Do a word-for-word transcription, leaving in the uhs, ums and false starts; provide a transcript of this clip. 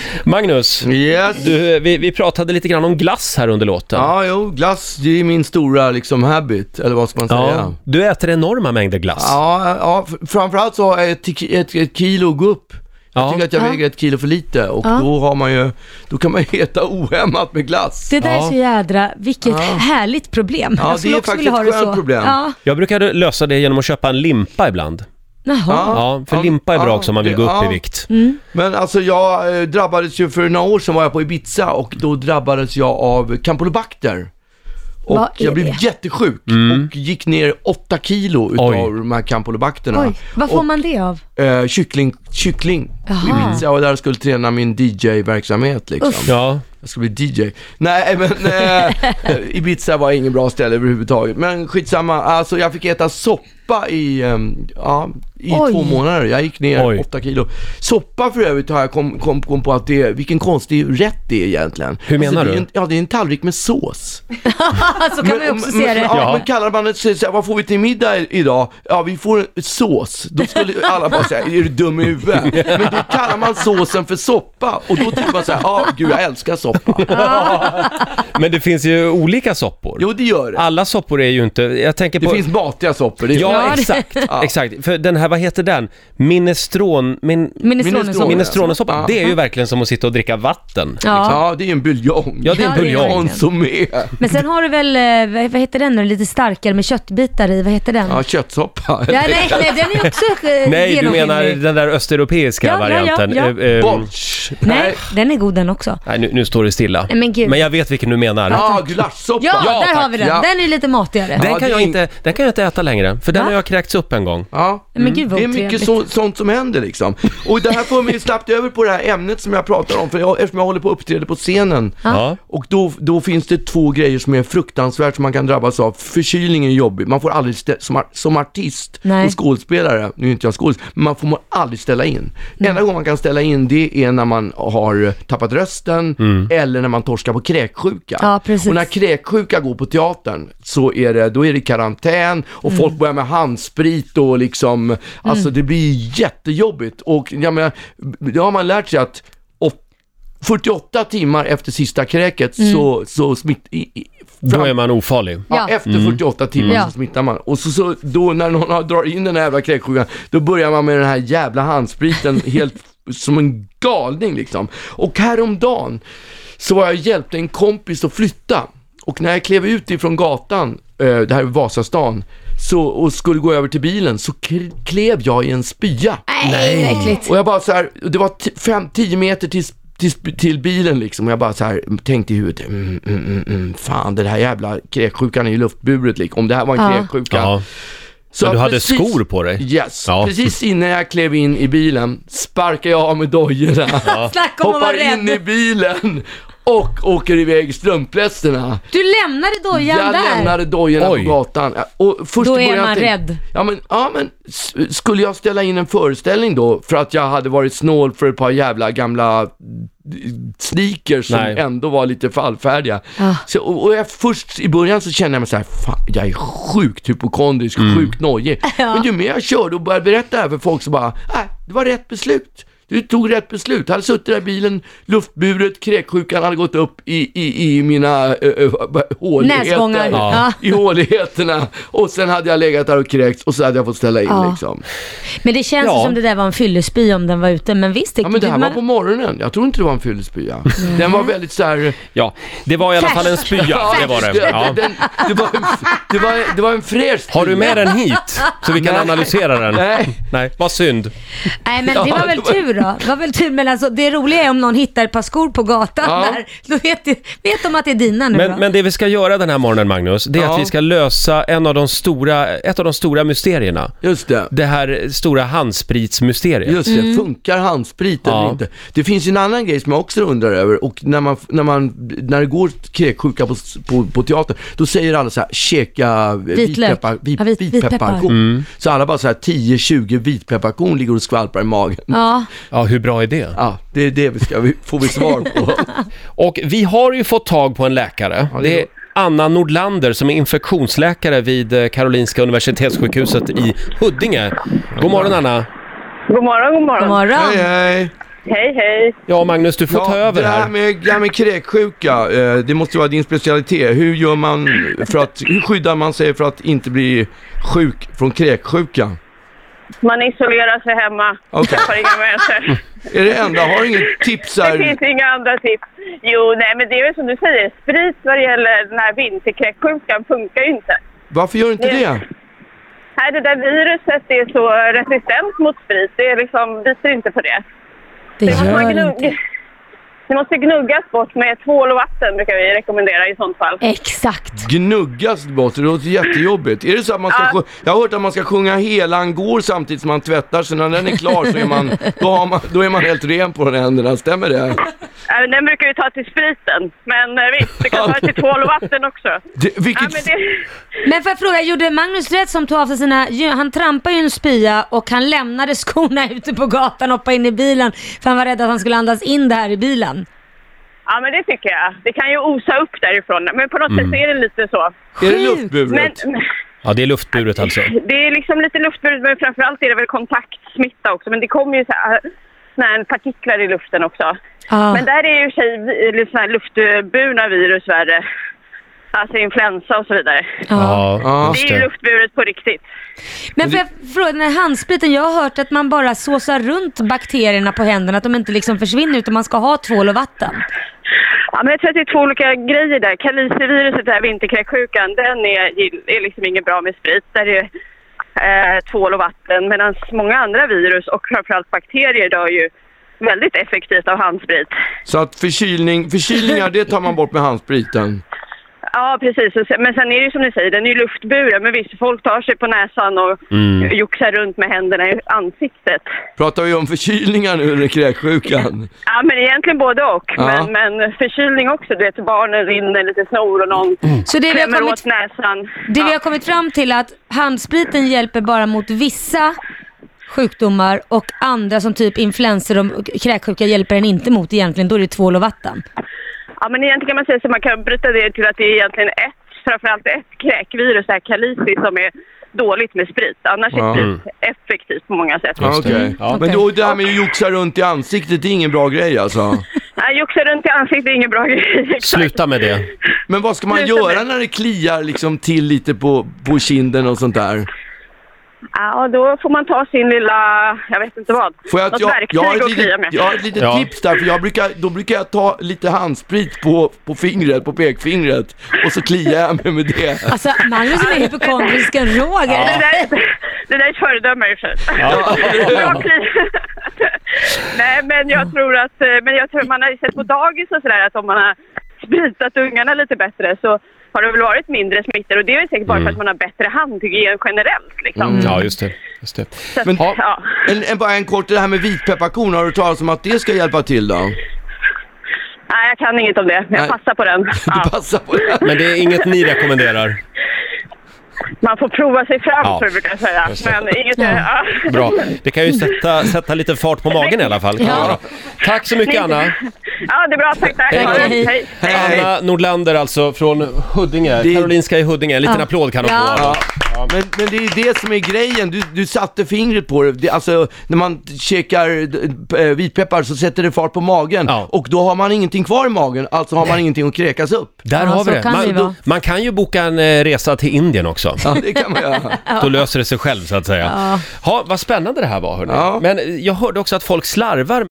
Magnus, yes. du, vi, vi pratade lite grann om glass här under låten. Ja, jo, glass, det är min stora liksom habit, eller vad ska man säga. Ja, du äter enorma mängder glass. Ja, ja framförallt så har jag ett, ett, ett kilo gå upp. Jag Ja. tycker att jag Ja. väger ett kilo för lite och Ja. då har man ju, då kan man ju äta ohämmat med glass. Det där Ja. är så jädra, vilket Ja. härligt problem. Ja, Jag det skulle är också faktiskt vilja ha ett det skönt så. problem. Ja. Jag brukar lösa det genom att köpa en limpa ibland. Jaha. Ja, för Ja, limpa är bra ja, också om man vill det- gå upp ja. i vikt. Mm. Men alltså jag eh, drabbades ju för några år sedan var jag på Ibiza och då drabbades jag av Campylobacter. Och Vad är jag blev det? jättesjuk Mm. och gick ner åtta kilo utav Oj. de här Campylobacterna. Oj, vad får och, man det av? Eh, kyckling, kyckling på Jaha. Ibiza. Jag var där och skulle träna min D J-verksamhet liksom. Uff. Ja, Jag skulle bli D J. Nej, men eh, Ibiza var ingen bra ställe överhuvudtaget. Men skitsamma, alltså jag fick äta soppa i, um, ja, i Oj. två månader. Jag gick ner Oj. åtta kilo. Soppa för övrigt har jag kom, kom, kom på att det, vilken konstig rätt det är egentligen. Hur menar det är du? En, ja, det är en tallrik med sås. Så kan man ju också men, se det. Ja, Ja. men kallar man det så, så här, vad får vi till middag i- idag? Ja, vi får sås. Då skulle alla bara säga, är du dum i huvudet? Men då kallar man såsen för soppa. Och då tycker man så här, ja, gud, jag älskar soppa. men det finns ju olika soppor. Jo, det gör det. Alla soppor är ju inte... Jag tänker Det på... finns matiga soppor. Det är Ja, Ja, det- exakt. Ja. Exakt. För den här, vad heter den? Minestron... Min... Minestronesoppa. Minestronesoppa. Ja. Det är ju verkligen som att sitta och dricka vatten. Ja. Ja, det är en buljong. Ja, det är en Ja, det är buljong. verkligen. Konsumé. Men sen har du väl, eh, vad vad heter den nu, lite starkare med köttbitar i, vad heter den? Ja, köttsoppa. Ja, nej, nej, den är också eh, Nej, du genomskinlig. menar den där östeuropeiska Ja, ja, ja, varianten. ja. Eh, eh, Borsch. Nej, den är god den också. Nej, nu, nu står det stilla. Nej, men gud. Men jag vet vilken du menar. Ja, gulaschsoppa. Ja, Ja, där tack. har vi den. Ja. Den är lite matigare. Den Ja, kan, det jag är- inte, den kan jag inte äta längre, för den Va? har jag kräkts upp en gång. Ja, Men gud, vad det är mycket otrevligt. så, sånt som händer liksom. Och det här får mig snabbt över på det här ämnet som jag pratar om, för jag, eftersom jag håller på att uppträda på scenen. Ja. Och då, då finns det två grejer som är fruktansvärt som man kan drabbas av. Förkylning är jobbig. Man får aldrig, stä- som, ar- som artist Nej. och skådespelare, nu är inte jag skådespelare, men man får aldrig ställa in. Enda gången man kan ställa in det är när man har tappat rösten eller när man torskar på kräksjuka. Ja, precis. Och när kräksjuka går på teatern så är det, då är det karantän och folk börjar med handsprit och liksom, alltså det blir jättejobbigt. Och jag menar, då har man lärt sig att fyrtioåtta timmar efter sista kräket så, så smitt, i, i, Då fram, är man ofarlig. ja, Ja. efter fyrtioåtta timmar Ja. så smittar man. Och så, så då när någon har drar in den här jävla kräksjukan, då börjar man med den här jävla handspriten helt som en galning liksom. Och häromdagen så var jag hjälpte en kompis att flytta. Och när jag klev ut ifrån gatan, eh, det här är Vasastan, så, och skulle gå över till bilen så k- klev jag i en spya. Nej, vad äckligt. Och jag bara så här, det var t- fem, tio meter till, till, till bilen liksom. Och jag bara så här tänkte i huvudet, mm, mm, mm, mm, fan det här jävla kräksjukan är ju luftburet liksom. Om det här var en Ja. kräksjuka. Ja. Så Men du hade precis- skor på dig. Yes, Ja. precis innan jag klev in i bilen sparkar jag av med dojorna, Snacka om att vara hoppar in i rädd. bilen och åker iväg strumplästerna. Du lämnade dojan Jag där. lämnade dojorna Oj. på gatan. Och först Då i är början man tänkte- rädd. Ja men, ja men s- skulle jag ställa in en föreställning då för att jag hade varit snål för ett par jävla gamla sneakers som Nej. ändå var lite fallfärdiga. Ja. Så, och, och jag, först i början så kände jag mig så här, fan, jag är sjukt hypokondrisk, sjukt nojig. Ja. Men ju mer jag körde och började berätta det här för folk så bara, nej, det var rätt beslut. Du tog rätt beslut. Jag hade suttit där i bilen, luftburet, kräksjukan hade gått upp i, i, i mina äh, äh, håligheter. Näsgångar. Ja. I håligheterna. Och sen hade jag legat där och kräkts och så hade jag fått ställa in Ja. liksom. Men det känns Ja. ju som det där var en fyllespy om den var ute. Men visst, det, Ja men det här man- var på morgonen. Jag tror inte det var en fyllespya. Den var väldigt så här. Ja, det var i alla fall en spya, det var det. Ja. Den, det, var en, det, var, det var en fräsch Har du med den hit så vi kan Nej. analysera den? Nej. Nej, vad synd. Nej, men Ja, det var väl det var- tur då. Det var väl tur, men alltså det roliga är om någon hittar ett par skor på gatan Ja. där. Då vet, du, vet de att det är dina nu Men, då. men det vi ska göra den här morgonen, Magnus, det är Ja. att vi ska lösa en av de stora, ett av de stora mysterierna. Just det. Det här stora handspritsmysteriet. Just det, funkar handsprit eller Ja. inte? Det finns ju en annan grej som jag också undrar över, och när man, när man, när det går kräksjuka på, på, på teater, då säger alla så här, käka Vitlök. vitpeppar, vit, Ja, vit- vitpepparkorn. Mm. Så alla bara så här tio tjugo vitpepparkorn ligger och skvalpar i magen. Ja, Ja, hur bra är det? Ja, det är det vi ska, vi, får vi svar på. Och vi har ju fått tag på en läkare. Ja, det Det är är Anna Nordlander som är infektionsläkare vid eh, Karolinska Universitetssjukhuset i Huddinge. God morgon, Anna. God morgon, god morgon. god morgon. Hej, hej. Hej, hej. Ja, Magnus, du får ta över det här här. med, det här med kräksjuka, eh, det måste vara din specialitet. Hur gör man för att, hur skyddar man sig för att inte bli sjuk från kräksjuka? Man isolerar sig hemma. Okej. Träffar inga människor. Är det enda? Har du inget tips Det här? finns inga andra tips. Jo, nej, men det är väl som du säger. Sprit vad det gäller den här vinterkräksjukan funkar ju inte. Varför gör du inte det? Nej, det där viruset är så resistent mot sprit. Det är liksom, biter inte på det. Det Det måste, gör man inte. gnugga, det måste gnuggas bort med tvål och vatten, brukar vi rekommendera i sånt fall. Exakt. Gnuggas bort, det låter jättejobbigt. Är det så att man ska, Ja. sj- jag har hört att man ska sjunga Helan går samtidigt som man tvättar, så när den är klar så är man, då, har man, då är man helt ren på den händerna, stämmer det? Äh, Den brukar vi ta till spriten, men eh, visst, det kan ta till tvål och vatten också. det Ja, vilket, men det... Men får jag fråga, gjorde Magnus rätt som tog av sig sina, han trampade ju en spya och han lämnade skorna ute på gatan och hoppade in i bilen för han var rädd att han skulle andas in det här i bilen. Ja, men det tycker jag. Det kan ju osa upp därifrån, men på något Mm. sätt är det lite så. är det Sjukt. luftburet? Men Ja, det är luftburet alltså. det är liksom lite luftburet, men framförallt är det väl kontaktsmitta också. Men det kommer ju så här, såna här partiklar i luften också. Ja. Men där är ju sig lite såna här luftburna virus värre. Alltså influensa och så vidare. Ja. Ja, Det just är ju det. luftburet på riktigt. Men får jag fråga, den här handspriten, jag har hört att man bara såsar runt bakterierna på händerna, att de inte liksom försvinner utan man ska ha tvål och vatten. Ja, men jag tror att det är två olika grejer där. Kaliciviruset, det här vinterkräksjukan, den är, är liksom inget bra med sprit. Där är eh, tvål och vatten. Medan många andra virus och framförallt bakterier dör ju väldigt effektivt av handsprit. Så att förkylning, förkylningar, det tar man bort med handspriten. Ja, precis. Och sen- Men sen är det ju som ni säger, den är ju luftburen. Men visst, folk tar sig på näsan och Mm. joxar runt med händerna i ansiktet. Pratar vi om förkylningar nu under kräksjukan? Ja, men egentligen både och. Ja. Men, men förkylning också. Du vet, barnen rinner lite snor och någon Så det vi, har klämmer kommit, åt näsan. det vi Ja. har kommit fram till är att handspriten hjälper bara mot vissa sjukdomar och andra som typ influenser och kräksjuka hjälper den inte mot egentligen, då är det tvål och vatten. Ja, men egentligen kan man säga att man kan bryta det till att det är egentligen ett, framförallt ett kräkvirus, det här Kalici, som är dåligt med sprit. Annars Ja. är sprit effektivt på många sätt. Ja, Just det. okej. Ja. Men då, det här med att joxa runt i ansiktet, det är ingen bra grej alltså. Nej, joxa runt i ansiktet är ingen bra grej. Exakt. Sluta med det. Men vad ska man Sluta göra med- när det kliar liksom till lite på, på kinden och sånt där? Ja, då får man ta sin lilla, jag vet inte vad, Får jag, något jag, verktyg jag, har ett att klia litet, med. jag har ett litet Ja. tips där, för jag brukar, då brukar jag ta lite handsprit på, på fingret, på pekfingret, och så kliar jag mig med det. Alltså Magnus är hypokondrisken Roger. Det, där, det där är ett föredöme i och för sig. Ja. Bra kli. Nej, men jag tror att, eh, men jag tror man har ju sett på dagis och sådär att om man har spritat ungarna lite bättre så har det väl varit mindre smittor, och det är ju säkert bara Mm. för att man har bättre handhygien generellt liksom. Ja, just det. Just det. Så att, Men- ja. En, en, bara en kort, det här med vitpepparkorn, har du talat om att det ska hjälpa till då? Nej, jag kan inget om det. Jag Nej. passar på den. Du Ja. passar på det. Men det är inget ni rekommenderar? Man får prova sig fram, Ja. så brukar jag säga. Just det. Men inget... Ja. Ja. Bra. Det kan ju sätta, sätta lite fart på magen i alla fall. Kan Ja. det göra. Tack så mycket, Anna. Ja, det är bra. Tack, tack. Hej då. Ha det. Hej. Hej. Anna Nordlander alltså från Huddinge, Det- Karolinska i Huddinge. En liten Ja. applåd kan hon Ja. få. Ja. Men, men det är det som är grejen, du, du satte fingret på det. det. Alltså när man käkar äh, vitpeppar så sätter det fart på magen, Ja. och då har man ingenting kvar i magen, alltså har man ingenting att kräkas upp. Där Ja, har vi så det. kan det Man, vara. man kan ju boka en eh, resa till Indien också. Ja, det kan man göra. Då löser det sig själv så att säga. Ja. Ja, vad spännande det här var hörni. Ja. Men jag hörde också att folk slarvar